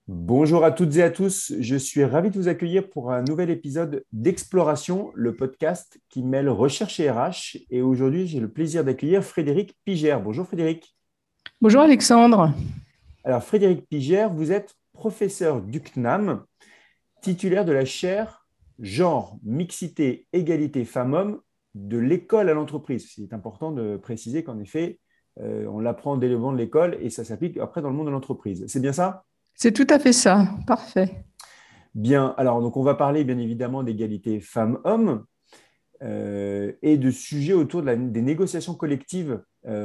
Bonjour à toutes et à tous, je suis ravi de vous accueillir pour un nouvel épisode d'Exploration, le podcast qui mêle recherche et RH. Et aujourd'hui, j'ai le plaisir d'accueillir Frédéric Pigère. Bonjour Frédéric. Bonjour Alexandre. Alors Frédéric Pigère, vous êtes professeur du CNAM, titulaire de la chaire Genre, Mixité, Égalité Femmes-Hommes de l'école à l'entreprise. C'est important de préciser qu'en effet, on l'apprend dès le banc de l'école et ça s'applique après dans le monde de l'entreprise. C'est bien ça? C'est tout à fait ça. Parfait. Bien, alors donc on va parler bien évidemment d'égalité femmes-hommes et de sujets autour des négociations collectives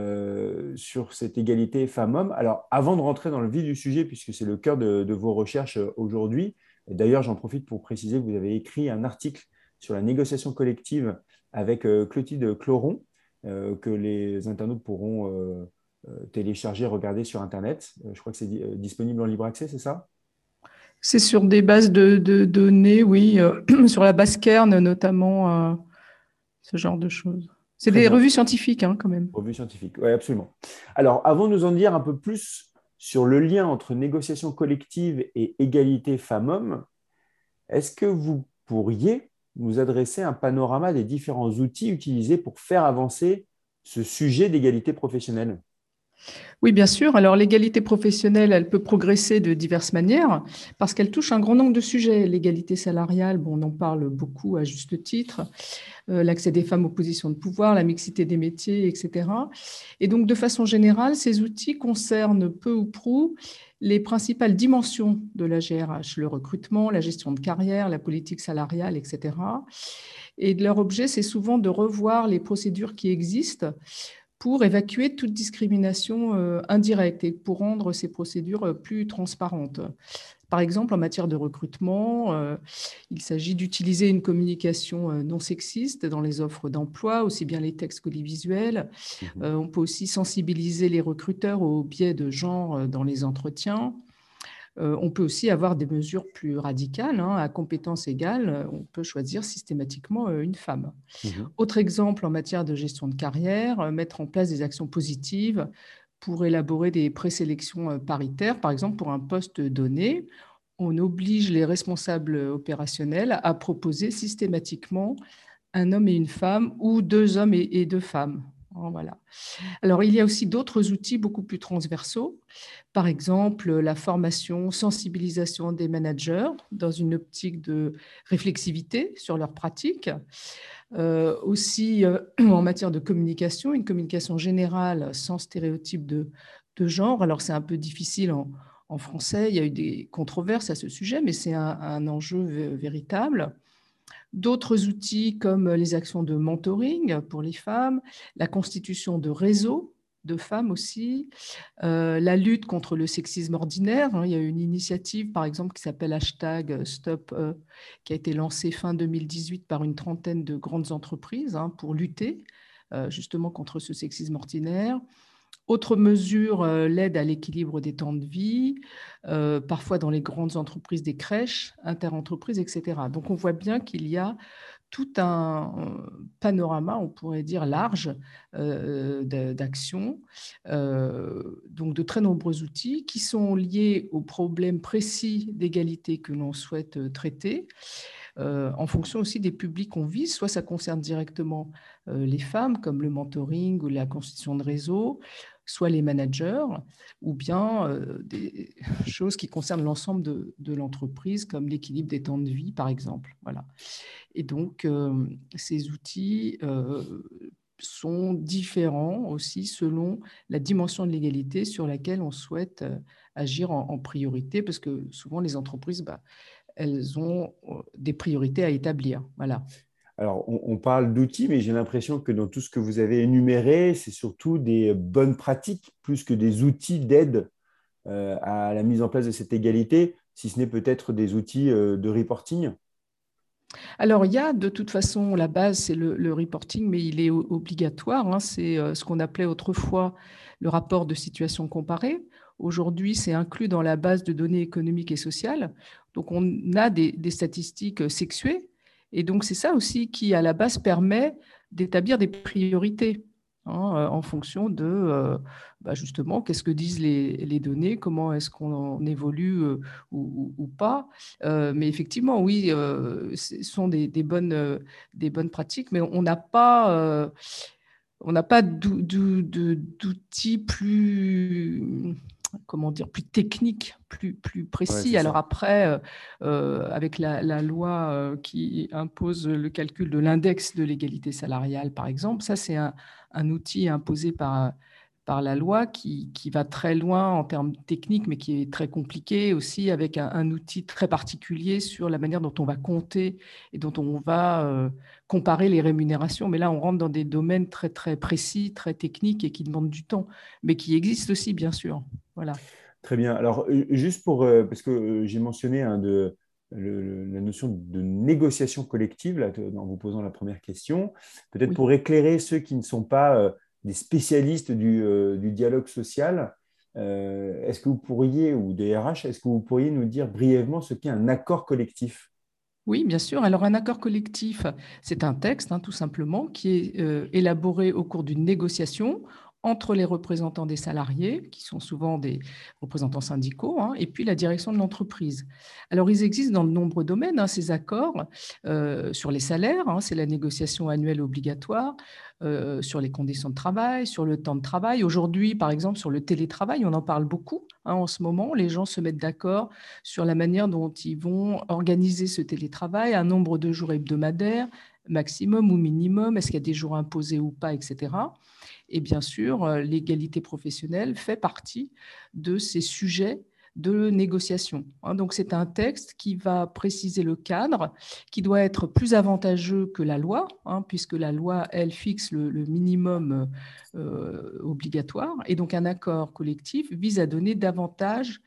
sur cette égalité femmes-hommes. Alors avant de rentrer dans le vif du sujet, puisque c'est le cœur de vos recherches aujourd'hui, d'ailleurs j'en profite pour préciser que vous avez écrit un article sur la négociation collective avec Clotilde Cloron, que les internautes pourront télécharger, regarder sur Internet. Je crois que c'est disponible en libre accès, c'est ça? C'est sur des bases de données, oui, sur la base Kern notamment, ce genre de choses. C'est Très des bien. revues scientifiques quand même. Revue scientifique, oui, absolument. Alors, avant de nous en dire un peu plus sur le lien entre négociation collective et égalité femmes-hommes, est-ce que vous pourriez nous adresser un panorama des différents outils utilisés pour faire avancer ce sujet d'égalité professionnelle? Oui, bien sûr. Alors, l'égalité professionnelle, elle peut progresser de diverses manières parce qu'elle touche un grand nombre de sujets. L'égalité salariale, bon, on en parle beaucoup à juste titre. L'accès des femmes aux positions de pouvoir, la mixité des métiers, etc. Et donc, de façon générale, ces outils concernent peu ou prou les principales dimensions de la GRH, le recrutement, la gestion de carrière, la politique salariale, etc. Et leur objet, c'est souvent de revoir les procédures qui existent pour évacuer toute discrimination indirecte et pour rendre ces procédures plus transparentes. Par exemple, en matière de recrutement, il s'agit d'utiliser une communication non sexiste dans les offres d'emploi, aussi bien les textes que les visuels. Mhm. On peut aussi sensibiliser les recruteurs au biais de genre dans les entretiens. On peut aussi avoir des mesures plus radicales, hein, à compétences égales. On peut choisir systématiquement une femme. Mhm. Autre exemple en matière de gestion de carrière, mettre en place des actions positives pour élaborer des présélections paritaires, par exemple pour un poste donné. On oblige les responsables opérationnels à proposer systématiquement un homme et une femme ou deux hommes et deux femmes. Voilà. Alors, il y a aussi d'autres outils beaucoup plus transversaux, par exemple la formation, sensibilisation des managers dans une optique de réflexivité sur leurs pratiques. Aussi, en matière de communication, une communication générale sans stéréotype de genre. Alors, c'est un peu difficile en français, il y a eu des controverses à ce sujet, mais c'est un enjeu véritable. D'autres outils comme les actions de mentoring pour les femmes, la constitution de réseaux de femmes aussi, la lutte contre le sexisme ordinaire. Il y a une initiative, par exemple, qui s'appelle hashtag Stop, qui a été lancée fin 2018 par une trentaine de grandes entreprises pour lutter justement contre ce sexisme ordinaire. Autre mesure, l'aide à l'équilibre des temps de vie, parfois dans les grandes entreprises, des crèches, interentreprises, etc. Donc on voit bien qu'il y a tout un panorama, on pourrait dire large, d'actions, donc de très nombreux outils qui sont liés aux problèmes précis d'égalité que l'on souhaite traiter, en fonction aussi des publics qu'on vise. Soit ça concerne directement les femmes, comme le mentoring ou la constitution de réseau, soit les managers, ou bien des choses qui concernent l'ensemble de l'entreprise, comme l'équilibre des temps de vie, par exemple. Voilà. Et donc, ces outils sont différents aussi selon la dimension de l'égalité sur laquelle on souhaite agir en priorité, parce que souvent les entreprises, elles ont des priorités à établir. Voilà. Alors, on parle d'outils, mais j'ai l'impression que dans tout ce que vous avez énuméré, c'est surtout des bonnes pratiques plus que des outils d'aide à la mise en place de cette égalité, si ce n'est peut-être des outils de reporting. Alors, il y a de toute façon, la base, c'est le reporting, mais il est obligatoire. C'est ce qu'on appelait autrefois le rapport de situation comparée. Aujourd'hui, c'est inclus dans la base de données économiques et sociales. Donc, on a des statistiques sexuées. Et donc, c'est ça aussi qui, à la base, permet d'établir des priorités. en fonction de justement qu'est-ce que disent les données, comment est-ce qu'on évolue ou pas. Mais effectivement, oui, ce sont des bonnes pratiques, mais on n'a pas d'outils plus, comment dire, plus techniques, plus Ouais, précis. c'est Alors ça. après, avec la loi qui impose le calcul de l'index de l'égalité salariale, par exemple, ça c'est un outil imposé par la loi qui va très loin en termes techniques, mais qui est très compliqué aussi, avec un outil très particulier sur la manière dont on va compter et dont on va comparer les rémunérations. Mais là, on rentre dans des domaines très, très précis, très techniques et qui demandent du temps, mais qui existent aussi, bien sûr. Voilà. Très bien. Alors, juste pour, parce que j'ai mentionné la notion de négociation collective là, en vous posant la première question, peut-être Oui. pour éclairer ceux qui ne sont pas des spécialistes du dialogue social, est-ce que vous pourriez, ou des RH, est-ce que vous pourriez nous dire brièvement ce qu'est un accord collectif? Oui, bien sûr. Alors, un accord collectif, c'est un texte, tout simplement, qui est élaboré au cours d'une négociation entre les représentants des salariés, qui sont souvent des représentants syndicaux, et puis la direction de l'entreprise. Alors, ils existent dans de nombreux domaines, ces accords, sur les salaires, c'est la négociation annuelle obligatoire, sur les conditions de travail, sur le temps de travail. Aujourd'hui, par exemple, sur le télétravail, on en parle beaucoup en ce moment. Les gens se mettent d'accord sur la manière dont ils vont organiser ce télétravail, un nombre de jours hebdomadaires, maximum ou minimum, est-ce qu'il y a des jours imposés ou pas, etc. Et bien sûr, l'égalité professionnelle fait partie de ces sujets de négociation. Donc, c'est un texte qui va préciser le cadre, qui doit être plus avantageux que la loi, puisque la loi, elle, fixe le minimum obligatoire. Et donc, un accord collectif vise à donner davantage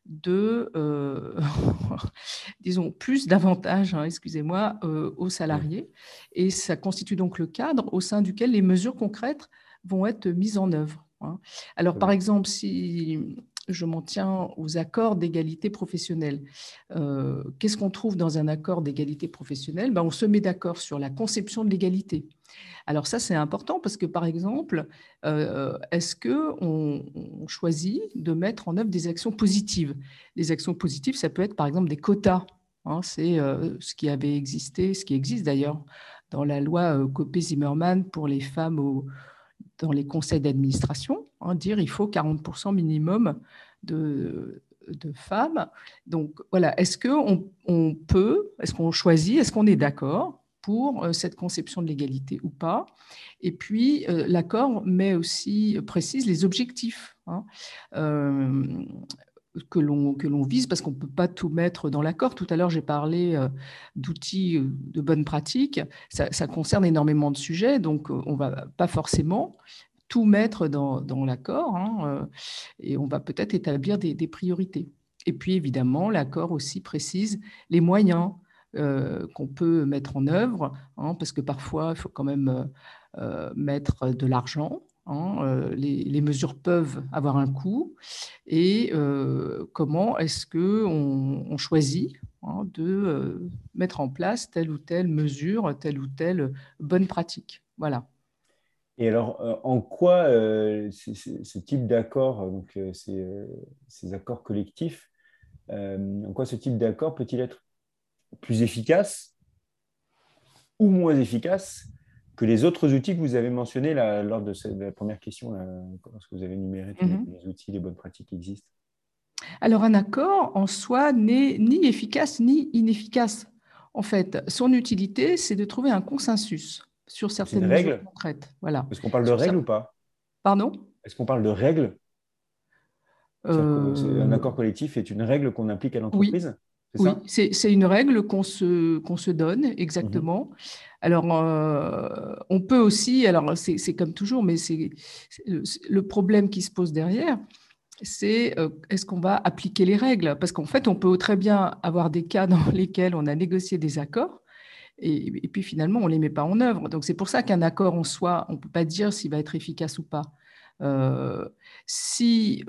disons, plus d'avantages, excusez-moi, aux Oui, salariés. Et ça constitue donc le cadre au sein duquel les mesures concrètes vont être mises en œuvre. Alors, très par bien. exemple, si je m'en tiens aux accords d'égalité professionnelle, qu'est-ce qu'on trouve dans un accord d'égalité professionnelle? On se met d'accord sur la conception de l'égalité. Alors ça, c'est important parce que, par exemple, est-ce qu'on choisit de mettre en œuvre des actions positives? Les actions positives, ça peut être, par exemple, des quotas. C'est ce qui avait existé, ce qui existe d'ailleurs dans la loi Copé-Zimmermann pour les femmes dans les conseils d'administration, dire il faut 40% minimum de femmes. Donc voilà, est-ce qu'on peut, est-ce qu'on choisit, est-ce qu'on est d'accord pour cette conception de l'égalité ou pas? Et puis, l'accord met aussi, précise les objectifs euh, que l'on vise, parce qu'on ne peut pas tout mettre dans l'accord. Tout à l'heure, j'ai parlé d'outils de bonnes pratiques. Ça concerne énormément de sujets, donc on ne va pas forcément tout mettre dans l'accord, et on va peut-être établir des priorités. Et puis, évidemment, l'accord aussi précise les moyens qu'on peut mettre en œuvre, parce que parfois, il faut quand même mettre de l'argent. Les mesures peuvent avoir un coût, et comment est-ce qu'on choisit de mettre en place telle ou telle mesure, telle ou telle bonne pratique. Voilà. Et alors, en quoi ce type d'accord, donc ces accords collectifs, en quoi ce type d'accord peut-il être plus efficace ou moins efficace que les autres outils que vous avez mentionnés là, lors de la première question, là, lorsque vous avez énuméré tous Mhm. les outils, les bonnes pratiques qui existent? Alors, un accord en soi n'est ni efficace ni inefficace. En fait, son utilité, c'est de trouver un consensus sur Donc, c'est une certaines mesures règle? concrètes. Voilà. Est-ce qu'on parle de Sur règle ça. ou pas? Pardon? Est-ce qu'on parle de règle? C'est-à-dire que un Euh, accord collectif est une règle qu'on applique à oui, l'entreprise? C'est oui, ça? c'est une règle qu'on se donne Mhm. exactement. Alors, on peut aussi, alors c'est comme toujours, mais c'est le problème qui se pose derrière, c'est est-ce qu'on va appliquer les règles? Parce qu'en fait, on peut très bien avoir des cas dans lesquels on a négocié des accords et puis finalement, on ne les met pas en œuvre. Donc, c'est pour ça qu'un accord en soi, on ne peut pas dire s'il va être efficace ou pas. Euh, si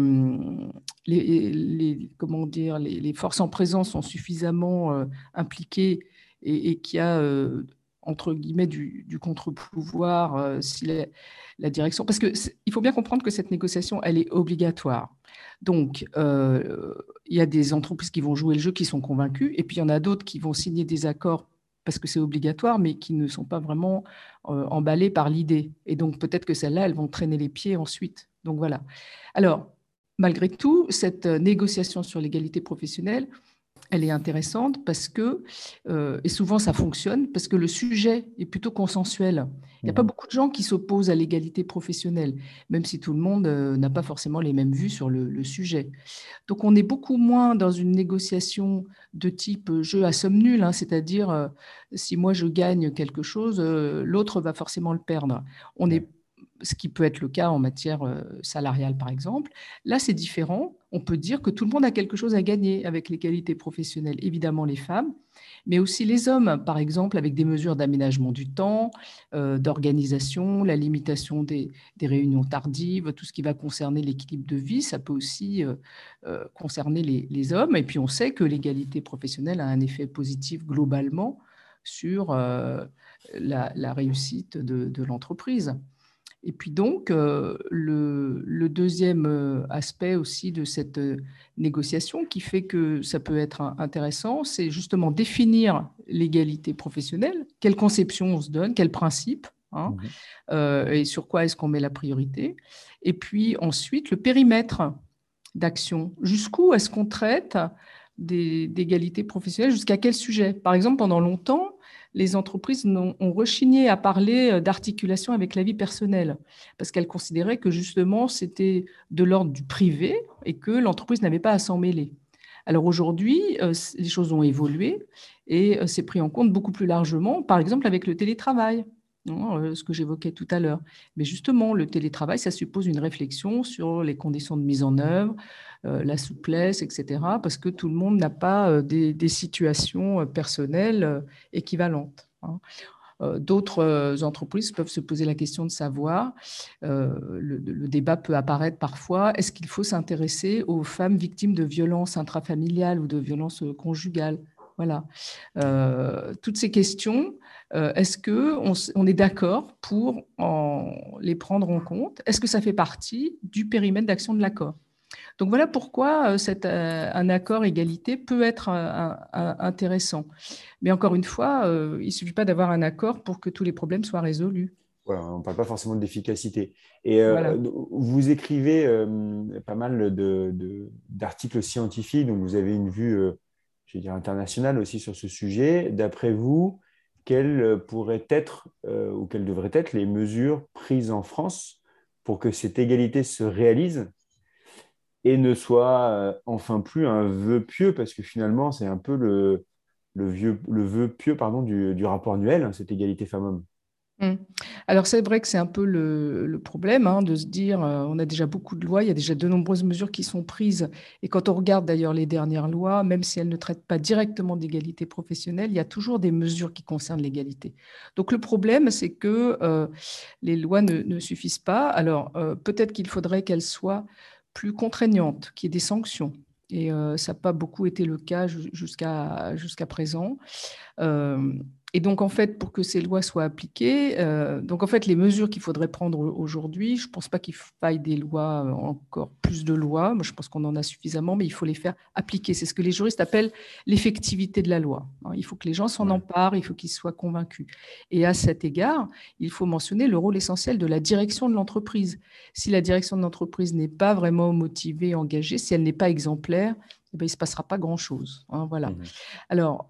comment dire, les forces en présence sont suffisamment impliquées et qu'il y a entre guillemets, du contre-pouvoir si la direction… Parce qu'il faut bien comprendre que cette négociation, elle est obligatoire. Donc, il y a des entreprises qui vont jouer le jeu, qui sont convaincues, et puis il y en a d'autres qui vont signer des accords parce que c'est obligatoire, mais qui ne sont pas vraiment emballées par l'idée. Et donc, peut-être que celles-là, elles vont traîner les pieds ensuite. Donc, voilà. Alors, malgré tout, cette négociation sur l'égalité professionnelle, elle est intéressante parce que, et souvent ça fonctionne, parce que le sujet est plutôt consensuel. Il n'y a pas beaucoup de gens qui s'opposent à l'égalité professionnelle, même si tout le monde n'a pas forcément les mêmes vues sur le sujet. Donc on est beaucoup moins dans une négociation de type jeu à somme nulle, hein, c'est-à-dire si moi je gagne quelque chose, l'autre va forcément le perdre. On est ce qui peut être le cas en matière salariale, par exemple. Là, c'est différent. On peut dire que tout le monde a quelque chose à gagner avec l'égalité professionnelle. Évidemment, les femmes, mais aussi les hommes, par exemple, avec des mesures d'aménagement du temps, d'organisation, la limitation des réunions tardives, tout ce qui va concerner l'équilibre de vie. Ça peut aussi concerner les hommes. Et puis, on sait que l'égalité professionnelle a un effet positif globalement sur la réussite de l'entreprise. Et puis donc, le deuxième aspect aussi de cette négociation qui fait que ça peut être intéressant, c'est justement définir l'égalité professionnelle, quelle conception on se donne, quels principes, hein, et sur quoi est-ce qu'on met la priorité. Et puis ensuite, le périmètre d'action. Jusqu'où est-ce qu'on traite d'égalité professionnelle, jusqu'à quel sujet? Par exemple, pendant longtemps, les entreprises ont rechigné à parler d'articulation avec la vie personnelle, parce qu'elles considéraient que justement c'était de l'ordre du privé et que l'entreprise n'avait pas à s'en mêler. Alors aujourd'hui, les choses ont évolué et c'est pris en compte beaucoup plus largement, par exemple avec le télétravail, hein, ce que j'évoquais tout à l'heure. Mais justement, le télétravail, ça suppose une réflexion sur les conditions de mise en œuvre, la souplesse, etc., parce que tout le monde n'a pas des situations personnelles équivalentes, hein. D'autres entreprises peuvent se poser la question de savoir, le débat peut apparaître parfois, est-ce qu'il faut s'intéresser aux femmes victimes de violences intrafamiliales ou de violences conjugales? Voilà. Toutes ces questions, est-ce qu'on est d'accord pour les prendre en compte? Est-ce que ça fait partie du périmètre d'action de l'accord? Donc voilà pourquoi un accord égalité peut être intéressant. Mais encore une fois, il ne suffit pas d'avoir un accord pour que tous les problèmes soient résolus. Voilà, on ne parle pas forcément d'efficacité. Et Voilà. vous écrivez pas mal d'articles scientifiques, donc vous avez une vue, je vais dire, internationale aussi sur ce sujet. D'après vous, quelles pourraient être ou quelles devraient être les mesures prises en France pour que cette égalité se réalise et ne soit enfin plus un vœu pieux, parce que finalement, c'est un peu le vœu pieux pardon, du rapport annuel, hein, cette égalité femmes-hommes. Mm. Alors c'est vrai que c'est un peu le problème, hein, de se dire on a déjà beaucoup de lois, il y a déjà de nombreuses mesures qui sont prises. Et quand on regarde d'ailleurs les dernières lois, même si elles ne traitent pas directement d'égalité professionnelle, il y a toujours des mesures qui concernent l'égalité. Donc le problème, c'est que les lois ne suffisent pas. Alors peut-être qu'il faudrait qu'elles soient plus contraignantes, qu'il y ait des sanctions. Et ça n'a pas beaucoup été le cas jusqu'à présent. Euh, et donc, en fait, pour que ces lois soient appliquées, donc en fait, les mesures qu'il faudrait prendre aujourd'hui, je ne pense pas qu'il faille des lois, encore plus de lois. Moi, je pense qu'on en a suffisamment, mais il faut les faire appliquer. C'est ce que les juristes appellent l'effectivité de la loi, hein. Il faut que les gens s'en Ouais. emparent, il faut qu'ils soient convaincus. Et à cet égard, il faut mentionner le rôle essentiel de la direction de l'entreprise. Si la direction de l'entreprise n'est pas vraiment motivée, engagée, si elle n'est pas exemplaire, eh bien, il ne se passera pas grand-chose, hein, voilà. Mhm. Alors,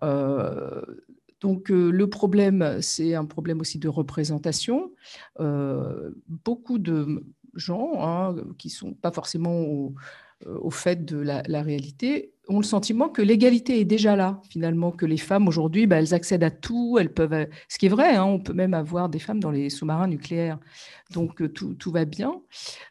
donc, le problème, c'est un problème aussi de représentation. Beaucoup de gens, hein, qui ne sont pas forcément au fait de la réalité ont le sentiment que l'égalité est déjà là, finalement, que les femmes aujourd'hui, bah, elles accèdent à tout, elles peuvent, ce qui est vrai, hein, on peut même avoir des femmes dans les sous-marins nucléaires, donc tout va bien.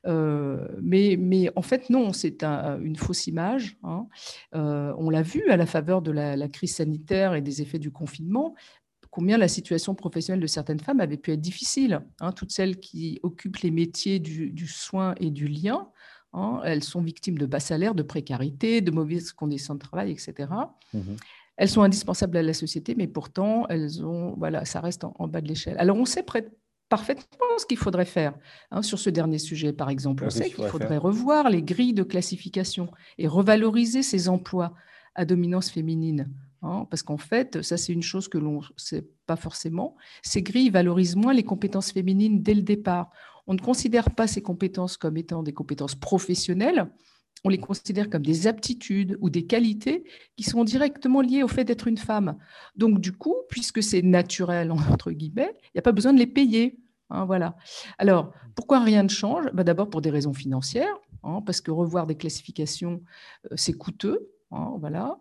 Mais en fait, non, c'est une fausse image, hein. On l'a vu à la faveur de la crise sanitaire et des effets du confinement, combien la situation professionnelle de certaines femmes avait pu être difficile, hein. Toutes celles qui occupent les métiers du soin et du lien, hein, elles sont victimes de bas salaires, de précarité, de mauvaises conditions de travail, etc. Mhm. elles sont indispensables à la société, mais pourtant, voilà, ça reste en bas de l'échelle. Alors, on sait parfaitement ce qu'il faudrait faire sur ce dernier sujet, par exemple. On Alors, qu'est-ce sait qu'il qu'il faudrait faudrait faire? revoir les grilles de classification et revaloriser ces emplois à dominance féminine. Parce qu'en fait, ça, c'est une chose que l'on ne sait pas forcément. Ces grilles valorisent moins les compétences féminines dès le départ. On ne considère pas ces compétences comme étant des compétences professionnelles, on les considère comme des aptitudes ou des qualités qui sont directement liées au fait d'être une femme. Donc, du coup, puisque c'est naturel, entre guillemets, il n'y a pas besoin de les payer. Voilà. Alors, pourquoi rien ne change? D'abord pour des raisons financières, parce que revoir des classifications, c'est coûteux. Voilà.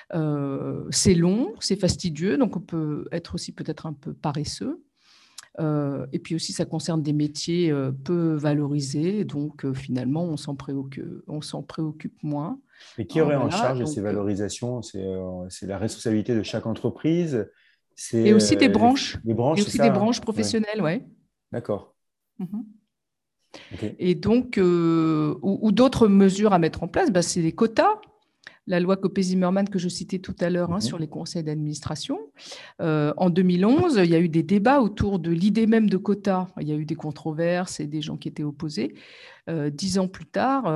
C'est long, c'est fastidieux, donc on peut être aussi peut-être un peu paresseux. Et puis aussi, ça concerne des métiers peu valorisés, donc finalement, on s'en préoccupe moins. Mais qui aurait en Voilà, charge de ces donc, valorisations? C'est la responsabilité de chaque entreprise? C'est et aussi des branches, les et branches, c'est aussi des ça, hein? branches Ouais, professionnelles, ouais. d'accord. Mhm. Ok. Et donc, ou d'autres mesures à mettre en place, c'est les quotas. La loi Copé-Zimmermann que je citais tout à l'heure Mhm. sur les conseils d'administration. En 2011, il y a eu des débats autour de l'idée même de quotas. Il y a eu des controverses et des gens qui étaient opposés. 10 ans plus tard,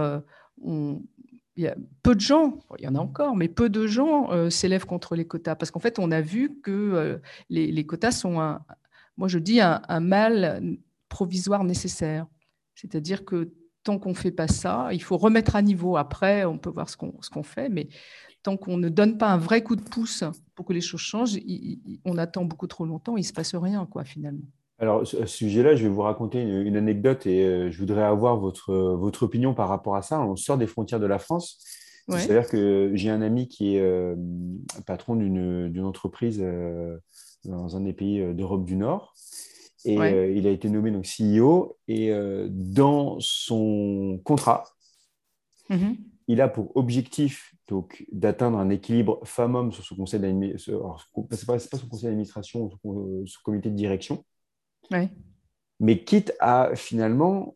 il y a peu de gens, il y en a encore, mais peu de gens s'élèvent contre les quotas. Parce qu'en fait, on a vu que les quotas sont, moi je dis, un mal provisoire nécessaire. C'est-à-dire que tant qu'on ne fait pas ça, il faut remettre à niveau. Après, on peut voir ce qu'on fait, mais tant qu'on ne donne pas un vrai coup de pouce pour que les choses changent, on attend beaucoup trop longtemps, il ne se passe rien, quoi, finalement. Alors, à ce sujet-là, je vais vous raconter une anecdote et je voudrais avoir votre opinion par rapport à ça. On sort des frontières de la France. Il Ouais, s'avère que j'ai un ami qui est patron d'une entreprise dans un des pays d'Europe du Nord. Et ouais. il a été nommé donc CEO. Et dans son contrat, Mhm. il a pour objectif donc d'atteindre un équilibre femmes-hommes sur son conseil d'administration. C'est pas son conseil d'administration, son comité de direction, Ouais. mais quitte à finalement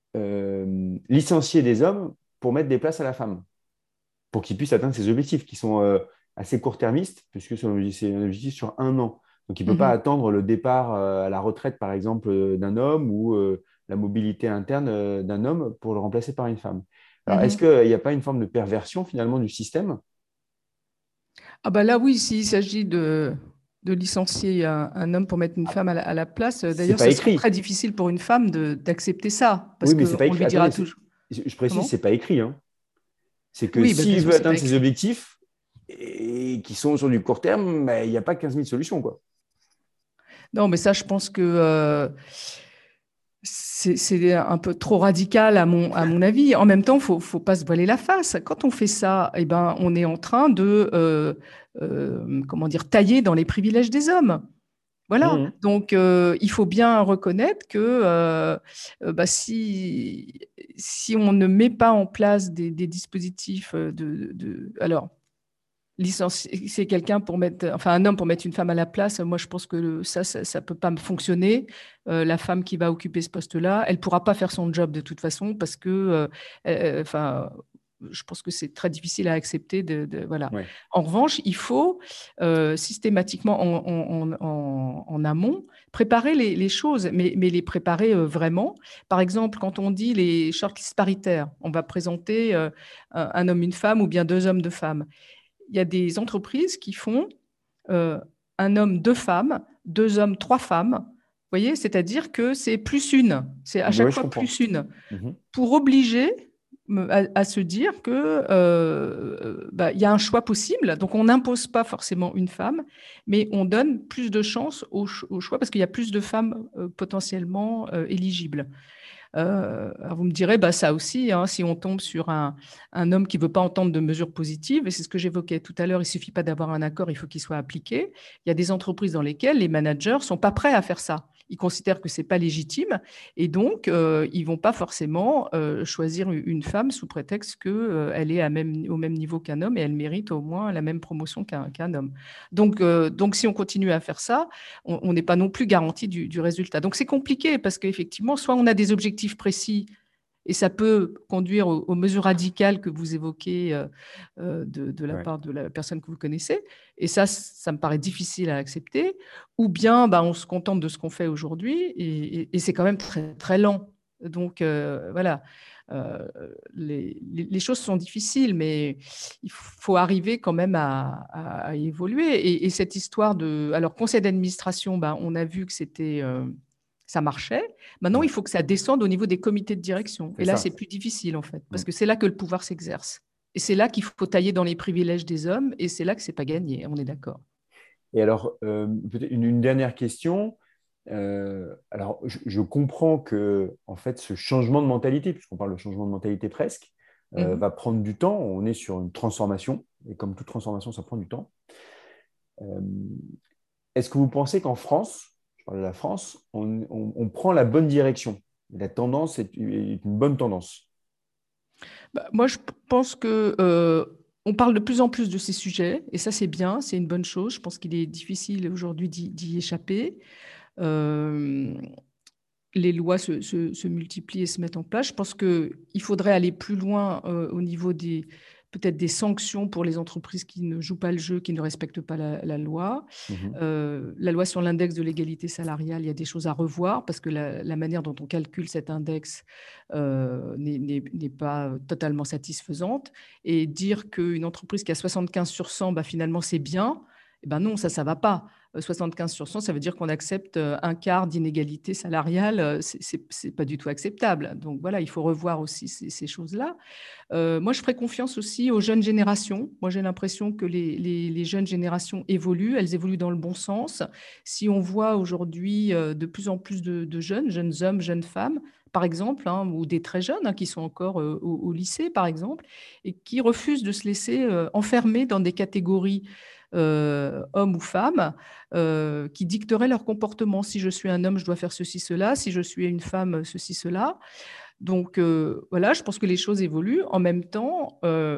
licencier des hommes pour mettre des places à la femme, pour qu'ils puissent atteindre ces objectifs qui sont assez court-termistes, puisque c'est un objectif sur 1 an. Donc, il ne peut pas Mhm. attendre le départ à la retraite, par exemple, d'un homme ou la mobilité interne d'un homme pour le remplacer par une femme. Alors, est-ce Mhm. qu'il n'y a pas une forme de perversion finalement du système? Ah là oui, s'il s'agit de licencier un homme pour mettre une femme à la place, C'est d'ailleurs, pas ce serait écrit. très difficile pour une femme d'accepter ça, parce Oui, mais c'est pas qu'on écrit. lui dira Attendez, toujours. je précise, Comment? c'est pas écrit, hein. C'est que Oui, bien s'il sûr, veut c'est pas atteindre ses écrit. objectifs et qui sont sur du court terme, il n'y a pas 15 000 solutions, quoi. Non, mais ça, je pense que c'est un peu trop radical à mon avis. En même temps, faut pas se voiler la face. Quand on fait ça, eh ben, on est en train de, comment dire, tailler dans les privilèges des hommes. Voilà, Mhm. donc il faut bien reconnaître que si on ne met pas en place des dispositifs alors, licencier quelqu'un pour mettre, enfin un homme pour mettre une femme à la place, moi je pense que ça peut pas fonctionner. La femme qui va occuper ce poste-là, elle pourra pas faire son job de toute façon parce que, enfin, je pense que c'est très difficile à accepter. Voilà. Ouais. En revanche, il faut systématiquement en amont préparer les choses, mais les préparer vraiment. Par exemple, quand on dit les shortlists paritaires, on va présenter un homme, une femme ou bien deux hommes, deux femmes. Il y a des entreprises qui font euh, un homme, deux femmes, deux hommes, trois femmes. Vous voyez, c'est-à-dire que c'est plus une, c'est à Ouais, chaque je fois comprends. plus une, Mhm. pour obliger à se dire que il y a un choix possible. Donc on n'impose pas forcément une femme, mais on donne plus de chances au choix parce qu'il y a plus de femmes potentiellement éligibles. Alors vous me direz, ça aussi, si on tombe sur un homme qui ne veut pas entendre de mesures positives, et c'est ce que j'évoquais tout à l'heure, il ne suffit pas d'avoir un accord, il faut qu'il soit appliqué. Il y a des entreprises dans lesquelles les managers ne sont pas prêts à faire ça. Ils considèrent que ce n'est pas légitime et donc ils ne vont pas forcément choisir une femme sous prétexte qu'elle est au même niveau qu'un homme et elle mérite au moins la même promotion qu'un homme. Donc, si on continue à faire ça, on n'est pas non plus garanti du résultat. Donc c'est compliqué parce qu'effectivement, soit on a des objectifs précis Et ça peut conduire aux mesures radicales que vous évoquez de la Ouais. part de la personne que vous connaissez. Et ça me paraît difficile à accepter. Ou bien, bah, on se contente de ce qu'on fait aujourd'hui et c'est quand même très, très lent. Donc, voilà. Les choses sont difficiles, mais il faut arriver quand même à évoluer. Et cette histoire de… Alors, conseil d'administration, bah, on a vu que ça marchait. Maintenant, Ouais. il faut que ça descende au niveau des comités de direction. C'est Et là, ça. c'est plus difficile, en fait, Mm. parce que c'est là que le pouvoir s'exerce. Et c'est là qu'il faut tailler dans les privilèges des hommes, et c'est là que c'est pas gagné, on est d'accord. Et alors, peut-être une dernière question. Alors, je comprends que, en fait, ce changement de mentalité, puisqu'on parle de changement de mentalité presque, Mhm. va prendre du temps. On est sur une transformation, et comme toute transformation, ça prend du temps. Euh, Est-ce que vous pensez qu'en France, je parle de la France, on prend la bonne direction? La tendance est une bonne tendance. Bah, moi, je pense que on parle de plus en plus de ces sujets, et ça, c'est bien, c'est une bonne chose. Je pense qu'il est difficile aujourd'hui d'y échapper. Euh, les lois se multiplient et se mettent en place. Je pense qu'il faudrait aller plus loin au niveau peut-être des sanctions pour les entreprises qui ne jouent pas le jeu, qui ne respectent pas la loi. Mhm. La loi sur l'index de l'égalité salariale, il y a des choses à revoir parce que la manière dont on calcule cet index n'est pas totalement satisfaisante. Et dire qu'une entreprise qui a 75 sur 100, bah, finalement, c'est bien, eh ben non, ça ne va pas. 75 sur 100, ça veut dire qu'on accepte un quart d'inégalité salariale. C'est pas du tout acceptable. Donc voilà, il faut revoir aussi ces choses-là. Moi, je ferai confiance aussi aux jeunes générations. Moi, j'ai l'impression que les jeunes générations évoluent. Elles évoluent dans le bon sens. Si on voit aujourd'hui de plus en plus de jeunes hommes, jeunes femmes, par exemple, hein, ou des très jeunes qui sont encore au lycée, par exemple, et qui refusent de se laisser enfermer dans des catégories hommes ou femmes qui dicteraient leur comportement. Si je suis un homme, je dois faire ceci, cela. Si je suis une femme, ceci, cela. Donc voilà, je pense que les choses évoluent. En même temps,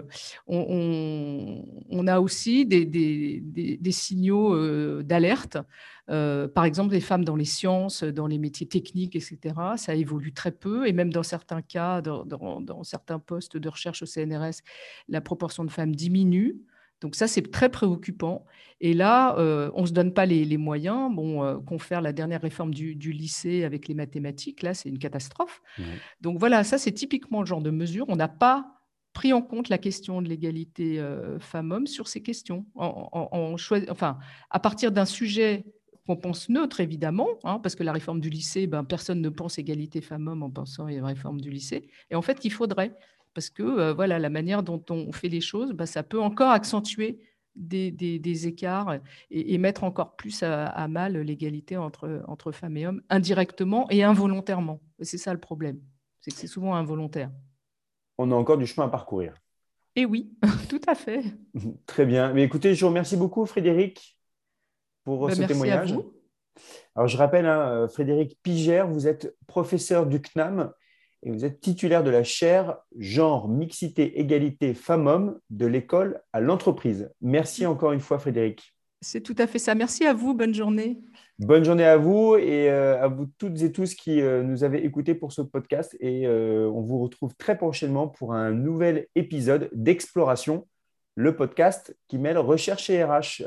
on a aussi des signaux d'alerte. Par exemple, les femmes dans les sciences, dans les métiers techniques, etc., ça évolue très peu. Et même dans certains cas, dans certains postes de recherche au CNRS, la proportion de femmes diminue. Donc ça, c'est très préoccupant. Et là, on ne se donne pas les moyens. Bon, qu'on faire la dernière réforme du lycée avec les mathématiques, là, c'est une catastrophe. Ouais. Donc voilà, ça c'est typiquement le genre de mesure. On n'a pas pris en compte la question de l'égalité femmes-hommes sur ces questions. Enfin, à partir d'un sujet qu'on pense neutre, évidemment, hein, parce que la réforme du lycée, ben, personne ne pense égalité femmes-hommes en pensant à la réforme du lycée. Et en fait, il faudrait, parce que voilà, la manière dont on fait les choses, ben, ça peut encore accentuer des écarts et mettre encore plus à mal l'égalité entre femmes et hommes, indirectement et involontairement. Et c'est ça le problème, c'est que c'est souvent involontaire. On a encore du chemin à parcourir. Et oui, tout à fait. Très bien. Mais écoutez, je vous remercie beaucoup, Frédéric, pour Ben, ce merci à témoignage. vous. Alors, je rappelle, hein, Frédéric Pigère, vous êtes professeur du CNAM et vous êtes titulaire de la chaire Genre, Mixité, Égalité, Femmes-Hommes de l'école à l'entreprise. Merci encore une fois, Frédéric. C'est tout à fait ça. Merci à vous. Bonne journée. Bonne journée à vous et à vous toutes et tous qui nous avez écoutés pour ce podcast. Et on vous retrouve très prochainement pour un nouvel épisode d'Exploration, le podcast qui mêle recherche et RH.